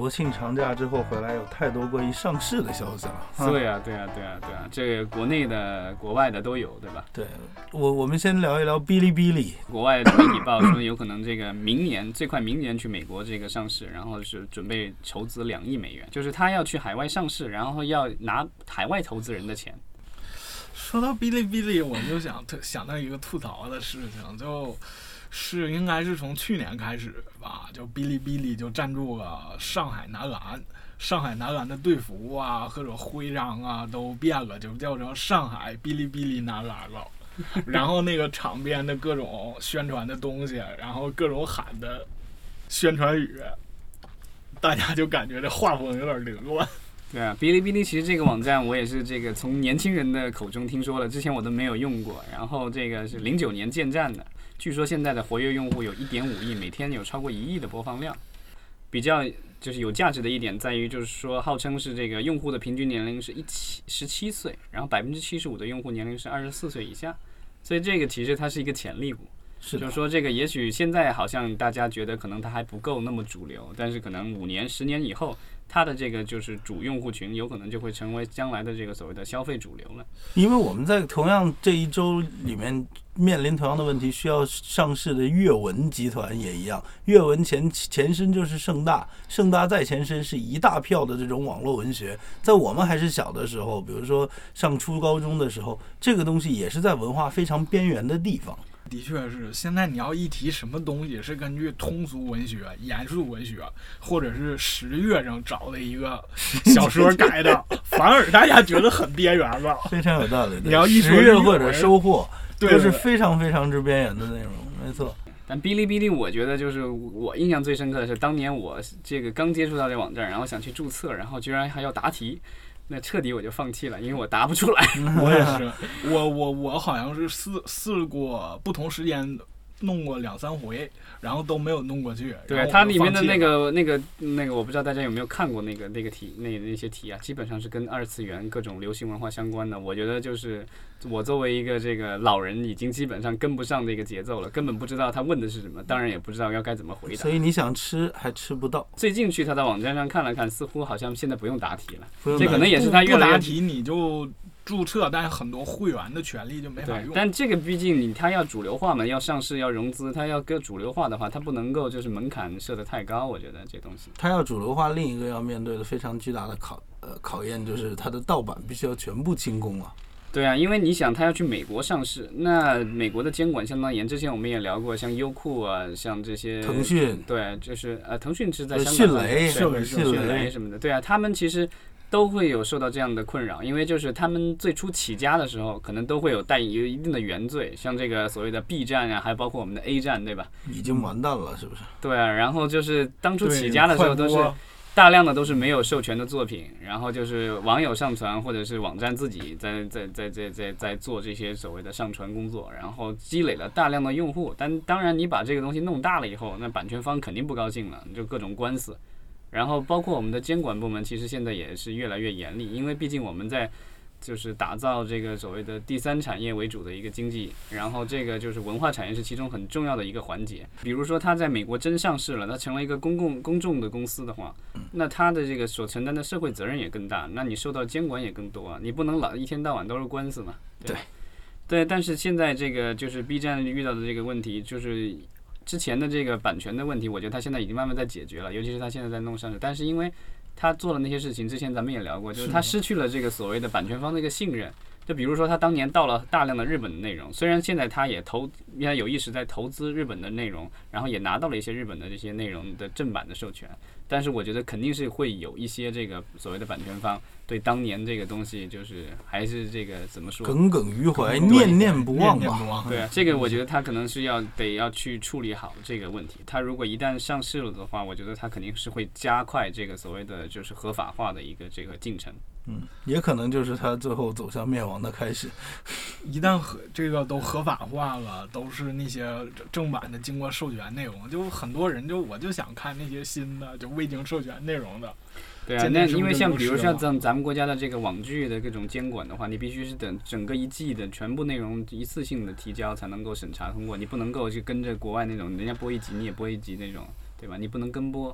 国庆长假之后回来，有太多关于上市的消息了。 对啊，这个国内的、国外的都有，对吧？ 对，我们先聊一聊哔哩哔哩。 国外的媒体报说，有可能这个最快明年去美国这个上市，然后是准备筹资2亿美元，就是他要去海外上市，然后要拿海外投资人的钱。 说到哔哩哔哩，我就想到一个吐槽的事情，就是应该是从去年开始吧，就哔哩哔哩就赞助了上海男篮的队服啊或者徽章啊都变了，就叫成上海哔哩哔哩男篮了。然后那个场边的各种宣传的东西，然后各种喊的宣传语，大家就感觉这画风有点凌乱。 对啊，哔哩哔哩其实这个网站我也是这个从年轻人的口中听说了，之前我都没有用过。然后这个是09年建站的，据说现在的活跃用户有1.5亿，每天有超过1亿的播放量。比较就是有价值的一点在于，就是说号称是这个用户的平均年龄是17岁，然后75%的用户年龄是24岁以下，所以这个其实它是一个潜力股。就是说这个也许现在好像大家觉得可能它还不够那么主流，但是可能5年10年以后，它的这个就是主用户群有可能就会成为将来的这个所谓的消费主流了。 因为我们在同样这一周里面面临同样的问题，需要上市的阅文集团也一样。阅文前身就是盛大，盛大再前身是一大票的这种网络文学。在我们还是小的时候，比如说上初高中的时候，这个东西也是在文化非常边缘的地方。 的确是，现在你要一提什么东西是根据通俗文学、严肃文学，或者是十月上找的一个小说改的，反而大家觉得很边缘了。 非常有道理。 你要一说十月或者收获， 都是非常非常之边缘的内容，没错。 但哔哩哔哩，我觉得就是我印象最深刻的是，当年我这个刚接触到这网站，然后想去注册，然后居然还要答题。那彻底我就放弃了，因为我答不出来。 我也是，我好像是试过不同时间弄过2-3回，然后都没有弄过去。 对，它里面的那个，我不知道大家有没有看过那个题，那些题啊，基本上是跟2次元各种流行文化相关的。我觉得就是我作为一个这个老人，已经基本上跟不上这个节奏了，根本不知道他问的是什么，当然也不知道该怎么回答。 所以你想吃还吃不到。 最近去他的网站上看了看，似乎好像现在不用答题了，这可能也是他越来越不答题你就注册，但是很多会员的权利就没法用。 但这个毕竟他要主流化嘛，要上市要融资，他要跟主流化的话，他不能够就是门槛设得太高，我觉得这东西。 他要主流化，另一个要面对的非常巨大的考验就是他的盗版必须要全部清空了。 对啊，因为你想他要去美国上市，那美国的监管相当严。之前我们也聊过，像优酷啊，像这些腾讯， 对，就是腾讯是在香港， 迅雷什么的，对啊，他们其实都会有受到这样的困扰，因为就是他们最初起家的时候，可能都会有一定的原罪，像这个所谓的 B 站啊，还包括我们的 A 站，对吧？ 已经完蛋了，是不是？ 对啊，然后就是当初起家的时候都是大量的都是没有授权的作品，然后就是网友上传或者是网站自己在做这些所谓的上传工作，然后积累了大量的用户。但当然你把这个东西弄大了以后，那版权方肯定不高兴了，就各种官司。然后包括我们的监管部门，其实现在也是越来越严厉，因为毕竟我们在就是打造这个所谓的第三产业为主的一个经济，然后这个就是文化产业是其中很重要的一个环节。比如说它在美国真上市了，它成为一个公众的公司的话，那它的这个所承担的社会责任也更大，那你受到监管也更多啊，你不能一天到晚都是官司嘛。对，但是现在这个就是 B 站遇到的这个问题，就是之前的这个版权的问题，我觉得它现在已经慢慢在解决了，尤其是它现在在弄上市，但是因为他做了那些事情，之前咱们也聊过，就是他失去了这个所谓的版权方的一个信任。就比如说他当年盗了大量的日本的内容，虽然现在他也有意识在投资日本的内容，然后也拿到了一些日本的这些内容的正版的授权，但是我觉得肯定是会有一些这个所谓的版权方对当年这个东西就是还是这个怎么说耿耿于怀，念念不忘吧。 对啊，这个我觉得他可能是得要去处理好这个问题。他如果一旦上市了的话，我觉得他肯定是会加快这个所谓的就是合法化的一个这个进程。 也可能就是他最后走向灭亡的开始。 一旦这个都合法化了，都是那些正版的经过授权内容，就很多人我就想看那些新的就未经授权内容的。 对啊，那因为像比如像咱们国家的这个网剧的各种监管的话，你必须是等整个一季的全部内容一次性的提交才能够审查通过，你不能够就跟着国外那种人家播一集你也播一集那种，对吧？你不能跟播。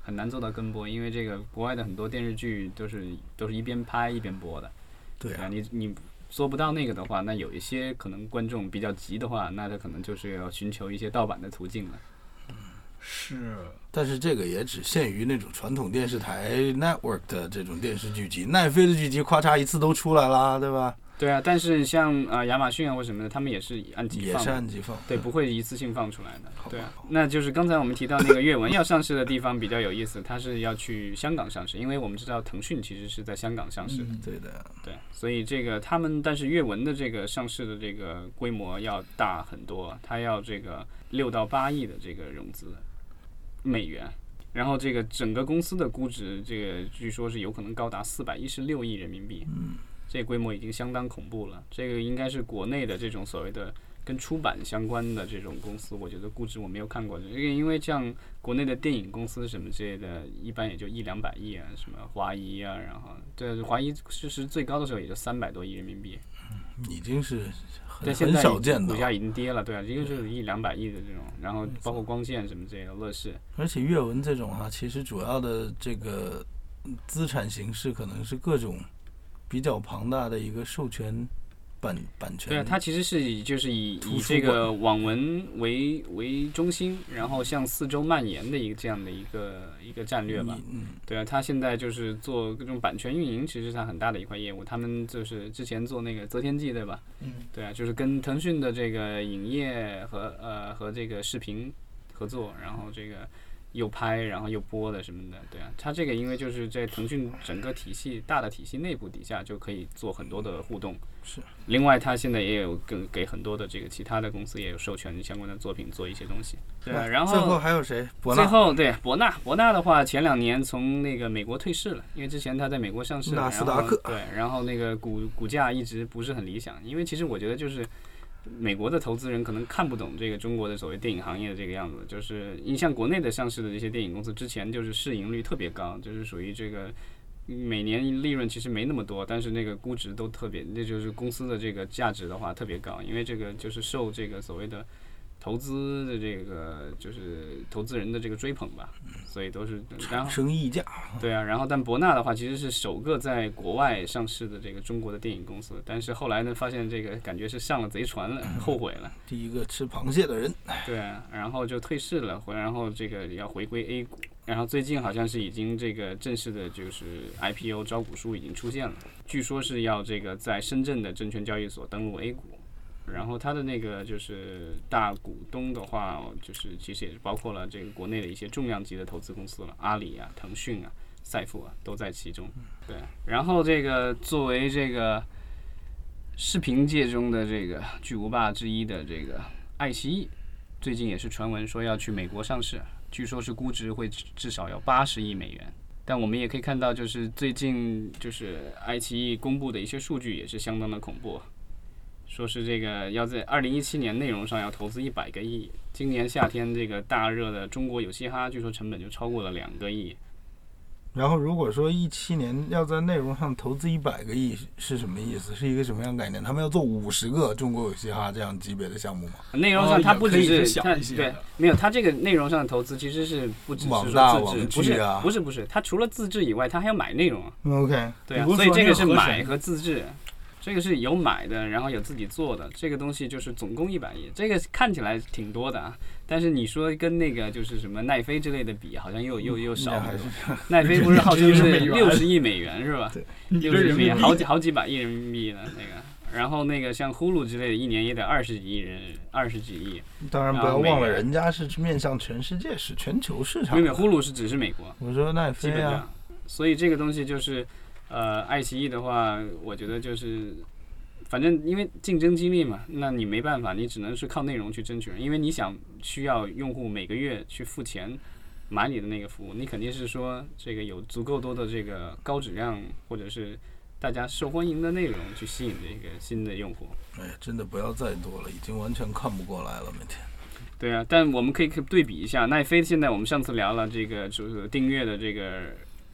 很难做到跟播，因为这个国外的很多电视剧都是一边拍一边播的。 对啊， 你做不到那个的话，那有一些可能观众比较急的话，那他可能就是要寻求一些盗版的途径了。 是， 但是这个也只限于那种传统电视台 network 的这种电视剧集，奈飞的剧集咔嚓一次都出来啦，对吧？ 对啊，但是像亚马逊啊或什么的，他们也是按集放， 也是按集放， 对，不会一次性放出来的。对啊，那就是刚才我们提到那个阅文要上市的地方比较有意思，它是要去香港上市，因为我们知道腾讯其实是在香港上市的。 对的。 对，所以这个他们但是阅文的这个上市的这个规模要大很多，它要这个6到8亿的这个融资美元。然后这个整个公司的估值，这个据说是有可能高达416亿人民币。这规模已经相当恐怖了。这个应该是国内的这种所谓的跟出版相关的这种公司，我觉得估值我没有看过的。因为像国内的电影公司什么之类的，一般也就100-200亿啊，什么华谊啊，然后这华谊其实最高的时候也就300多亿人民币， 已经是很少见的。 股价已经跌了，对啊，一个就是100-200亿的这种，然后包括光线什么之类的，乐视。 而且阅文这种其实主要的这个资产形式可能是各种比较庞大的一个授权版权。 对啊，它其实是以这个网文为中心，然后向四周蔓延的这样的一个战略吧。对啊，它现在就是做各种版权运营，其实是它很大的一块业务。他们就是之前做那个择天记，对吧？对啊，就是跟腾讯的这个影业和这个视频合作，然后这个又拍然后又播的什么的，对啊，它这个因为就是在腾讯整个体系大的体系内部底下就可以做很多的互动。 是。 另外，它现在也有给很多的这个其他的公司也有授权相关的作品做一些东西。对啊，然后最后还有谁？ 最后对博纳的话，前2年从那个美国退市了，因为之前他在美国上市， 纳斯达克。 对，然后那个股价一直不是很理想，因为其实我觉得就是美国的投资人可能看不懂这个中国的所谓电影行业的这个样子，就是你像国内的上市的这些电影公司，之前就是市盈率特别高，就是属于这个每年利润其实没那么多，但是那个估值都特别，那就是公司的这个价值的话特别高，因为这个就是受这个所谓的投资的这个就是投资人的这个追捧吧，所以都是产生溢价。 对啊，然后但博纳的话其实是首个在国外上市的这个中国的电影公司，但是后来呢发现这个感觉是上了贼船了，后悔了。 第一个吃螃蟹的人。 对啊，然后就退市了，然后这个要回归 A 股，然后最近好像是已经这个正式的就是 IPO 招股书已经出现了，据说是要这个在深圳的证券交易所登陆 A 股。然后它的那个就是大股东的话，就是其实也是包括了这个国内的一些重量级的投资公司了，阿里啊、腾讯啊、赛富啊都在其中。对，然后这个作为这个视频界中的这个巨无霸之一的这个爱奇艺，最近也是传闻说要去美国上市，据说是估值会至少要80亿美元。但我们也可以看到，就是最近就是爱奇艺公布的一些数据也是相当的恐怖。说是这个要在2017年内容上要投资100个亿，今年夏天这个大热的中国有嘻哈，据说成本就超过了2个亿。 然后如果说17年要在内容上投资100个亿是什么意思？是一个什么样的概念？他们要做50个中国有嘻哈这样级别的项目吗？ 内容上它不只是它对，没有，它这个内容上的投资其实是不只是说自制， 网剧啊， 不是，它除了自制以外，它还要买内容啊。 OK， 对啊，所以这个是买和自制。这个是有买的，然后有自己做的，这个东西就是总共100亿，这个看起来挺多的啊。但是你说跟那个就是什么奈飞之类的比，好像又少很多。奈飞不是号称是60亿美元是吧？60亿美元，好几百亿人民币的那个。然后那个像呼噜之类的，一年也得20几亿。 当然不要忘了，人家是面向全世界，是全球市场。 没有，呼噜是只是美国。 我说奈飞啊， 所以这个东西就是。爱奇艺的话，我觉得就是，反正因为竞争激烈嘛，那你没办法，你只能是靠内容去争取人，因为你需要用户每个月去付钱买你的那个服务，你肯定是说这个有足够多的这个高质量或者是大家受欢迎的内容去吸引这个新的用户。 哎呀，真的不要再多了，已经完全看不过来了，每天。 对啊，但我们可以对比一下奈飞，现在我们上次聊了这个就是订阅的这个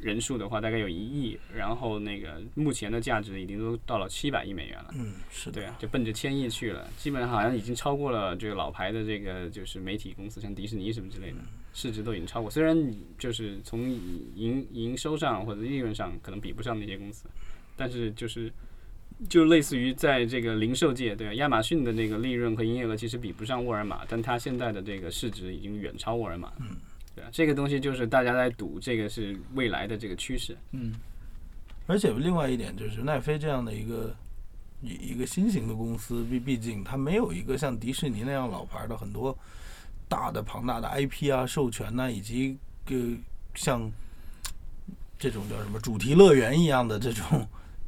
人数的话，大概有1亿，然后那个目前的价值已经都到了700亿美元了。 是的。 对啊，就奔着1000亿去了，基本上好像已经超过了这个老牌的这个就是媒体公司，像迪士尼什么之类的，市值都已经超过。虽然就是从营收上或者利润上可能比不上那些公司，但是就类似于在这个零售界，对啊，亚马逊的那个利润和营业额其实比不上沃尔玛，但它现在的这个市值已经远超沃尔玛。对啊，这个东西就是大家在赌，这个是未来的这个趋势。 而且另外一点就是奈飞这样的一个新型的公司，毕竟它没有一个像迪士尼那样老牌的很多大的庞大的 IP 啊、授权啊，以及像这种叫什么主题乐园一样的这种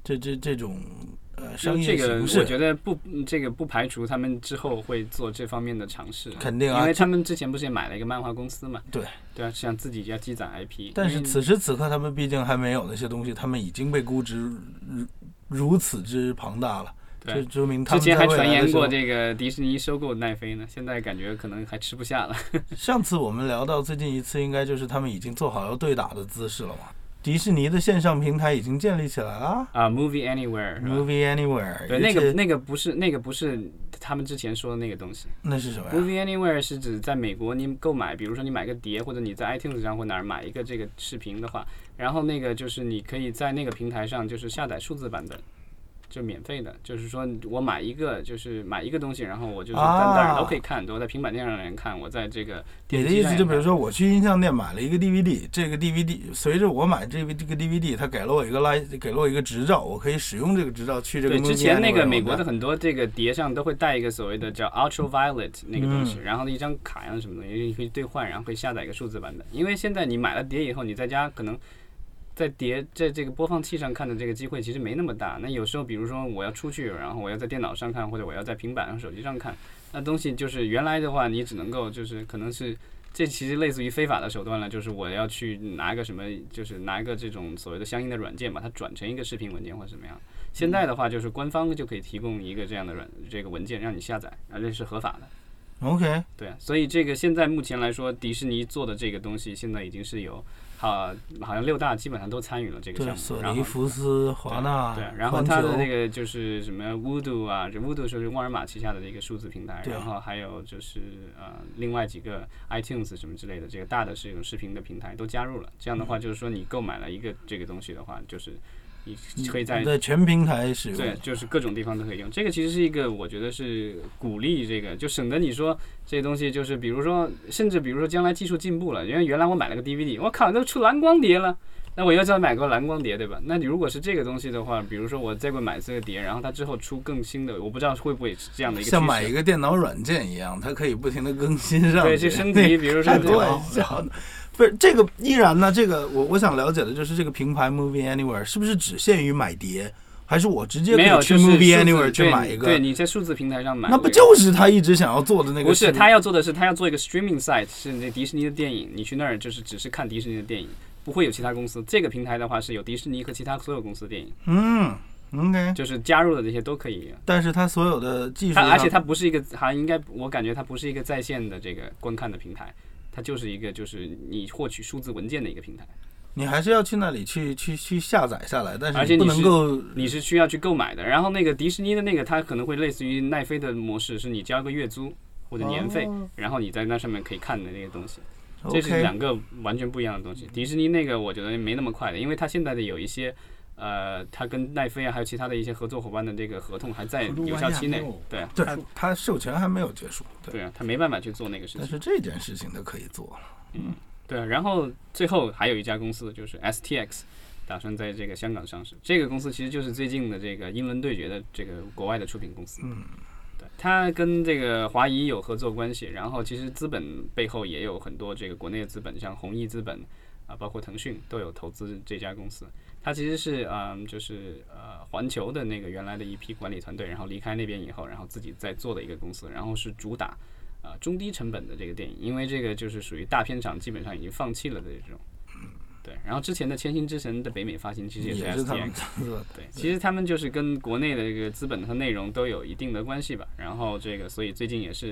商业形式。 我觉得不排除他们之后会做这方面的尝试。 肯定啊， 因为他们之前不是也买了一个漫画公司嘛？ 对啊，像自己要积攒 IP。 但是此时此刻，他们毕竟还没有那些东西，他们已经被估值如此之庞大了。 对， 就说明他们之前还传言过这个迪士尼收购奈飞呢，现在感觉可能还吃不下了。 上次我们聊到最近一次，应该就是他们已经做好要对打的姿势了嘛。迪士尼的线上平台已经建立起来了啊 ，Movie Anywhere，Movie Anywhere， 对，那个不是他们之前说的那个东西。 那是什么呀 ？Movie Anywhere 是指在美国你购买，比如说你买个碟，或者你在 iTunes 上或哪儿买一个这个视频的话，然后那个就是你可以在那个平台上就是下载数字版本。就免费的，就是说我买一个东西，然后我就是大人都可以看，我在平板电脑上看，我在这个你的意思就比如说我去音像店买了一个 DVD， 这个 DVD 随着我买这个 DVD， 它给了我一个执照，我可以使用这个执照去这个。 对，之前那个美国的很多这个碟上都会带一个所谓的叫 Ultraviolet 那个东西，然后一张卡呀什么东西，你可以兑换，然后可以下载一个数字版本。因为现在你买了碟以后，你在家可能在这个播放器上看的这个机会其实没那么大。那有时候比如说我要出去，然后我要在电脑上看，或者我要在平板上、手机上看，那东西就是原来的话你只能够就是可能是这其实类似于非法的手段了，就是我要去拿一个什么，就是拿一个这种所谓的相应的软件把它转成一个视频文件或者什么样。现在的话就是官方就可以提供一个这样的这个文件让你下载，而且是合法的。 OK。 对啊，所以这个现在目前来说，迪士尼做的这个东西现在已经是有。好像6大基本上都参与了这个项目， 索尼、福斯、华纳， 对，然后它的那个就是什么 Vudu 啊，这 Vudu 是沃尔玛旗下的一个数字平台，然后还有就是另外几个 iTunes 什么之类的这个大的这种视频的平台都加入了。这样的话，就是说你购买了一个这个东西的话，就是你可以在全平台使用， 对，就是各种地方都可以用。这个其实是一个，我觉得是鼓励这个，就省得你说这些东西，就是比如说，甚至比如说将来技术进步了，因为原来我买了个 DVD， 我靠，都出蓝光碟了，那我要再买个蓝光碟，对吧？那你如果是这个东西的话，比如说我再会买这个碟，然后它之后出更新的，我不知道会不会是这样的一个像买一个电脑软件一样，它可以不停的更新上去， 对，去升级，比如说这样。不是这个依然呢，这个我想了解的就是这个平台 Movie Anywhere 是不是只限于买碟，还是我直接可以去 Movie Anywhere 去买一个？ 对，你在数字平台上买， 那不就是他一直想要做的那个？ 不是，他要做的是他要做一个 streaming site， 是那迪士尼的电影，你去那儿就是只是看迪士尼的电影，不会有其他公司。这个平台的话是有迪士尼和其他所有公司的电影。 OK， 就是加入的这些都可以。 但是它所有的技术， 而且它不是一个，好像应该我感觉它不是一个在线的这个观看的平台。它就是一个，就是你获取数字文件的一个平台。 你还是要去那里去下载下来，但是你不能够， 你是需要去购买的。然后那个迪士尼的那个，它可能会类似于奈飞的模式，是你交个月租或者年费，然后你在那上面可以看的那些东西。这是两个完全不一样的东西。迪士尼那个我觉得没那么快的，因为它现在的有一些。他跟奈飞啊，还有其他的一些合作伙伴的这个合同还在有效期内，对， 他授权还没有结束， 对啊，他没办法去做那个事情。 但是这件事情他可以做了， 对。然后最后还有一家公司就是 STX， 打算在这个香港上市。这个公司其实就是最近的这个英伦对决的这个国外的出品公司，对，它跟这个华谊有合作关系，然后其实资本背后也有很多这个国内的资本，像弘毅资本啊，包括腾讯都有投资这家公司。它其实是就是环球的那个原来的一批管理团队，然后离开那边以后，然后自己在做的一个公司，然后是主打中低成本的这个电影，因为这个就是属于大片厂基本上已经放弃了的这种。对，然后之前的《千星之神》的北美发行其实也是 STX， 对，其实他们就是跟国内的这个资本和内容都有一定的关系吧。然后这个，所以最近也是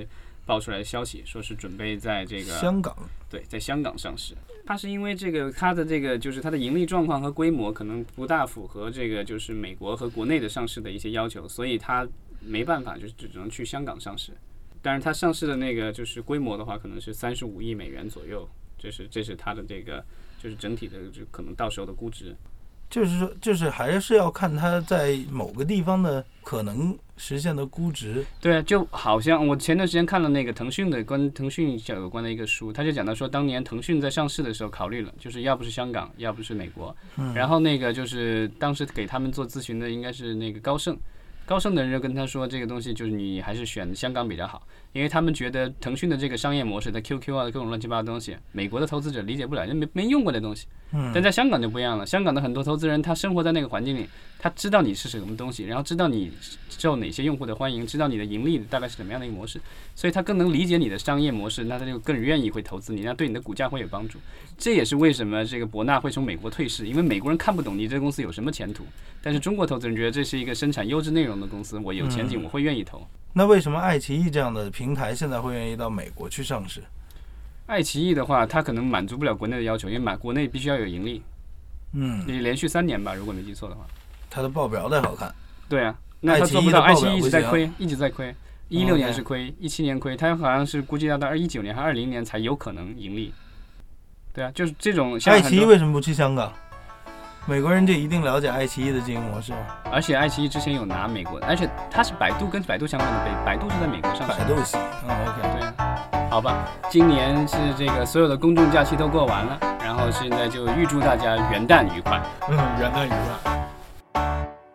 爆出来的消息，说是准备在这个香港， 对，在香港上市。它是因为它的就是它的盈利状况和规模可能不大符合就是美国和国内的上市的一些要求，所以它没办法，就是只能去香港上市。但是它上市的就是规模的话，可能是35亿美元左右，这是它的就是整体的可能到时候的估值。 就是说，就是还是要看它在某个地方的可能实现的估值。 对，就好像我前段时间看了那个腾讯的跟腾讯有关的一个书，他就讲到说，当年腾讯在上市的时候考虑了，就是要不是香港，要不是美国，然后就是当时给他们做咨询的应该是那个高盛的人就跟他说，这个东西就是你还是选香港比较好，因为他们觉得腾讯的这个商业模式的 QQ 啊各种乱七八糟的东西，美国的投资者理解不了，没用过的东西。但在香港就不一样了，香港的很多投资人他生活在那个环境里，他知道你是什么东西，然后知道你受哪些用户的欢迎，知道你的盈利大概是什么样的一个模式，所以他更能理解你的商业模式，那他就更愿意会投资你，那对你的股价会有帮助。这也是为什么这个博纳会从美国退市，因为美国人看不懂你这个公司有什么前途，但是中国投资人觉得这是一个生产优质内容的公司，我有前景，我会愿意投。 那为什么爱奇艺这样的平台现在会愿意到美国去上市？ 爱奇艺的话，它可能满足不了国内的要求，因为国内必须要有盈利。连续3年吧，如果没记错的话。 它的报表太好看。 对啊，那它做不到，爱奇艺一直在亏，16年是亏，17年亏，它好像是估计要到19年还20年才有可能盈利。对啊，就是这种。 爱奇艺为什么不去香港？美国人就一定了解爱奇艺的经营模式吗？ 而且爱奇艺之前有拿美国，而且它是百度跟百度相关的，百度是在美国上市。 百度系，OK。 对，好吧，今年是这个所有的公众假期都过完了，然后现在就预祝大家元旦愉快。 元旦愉快。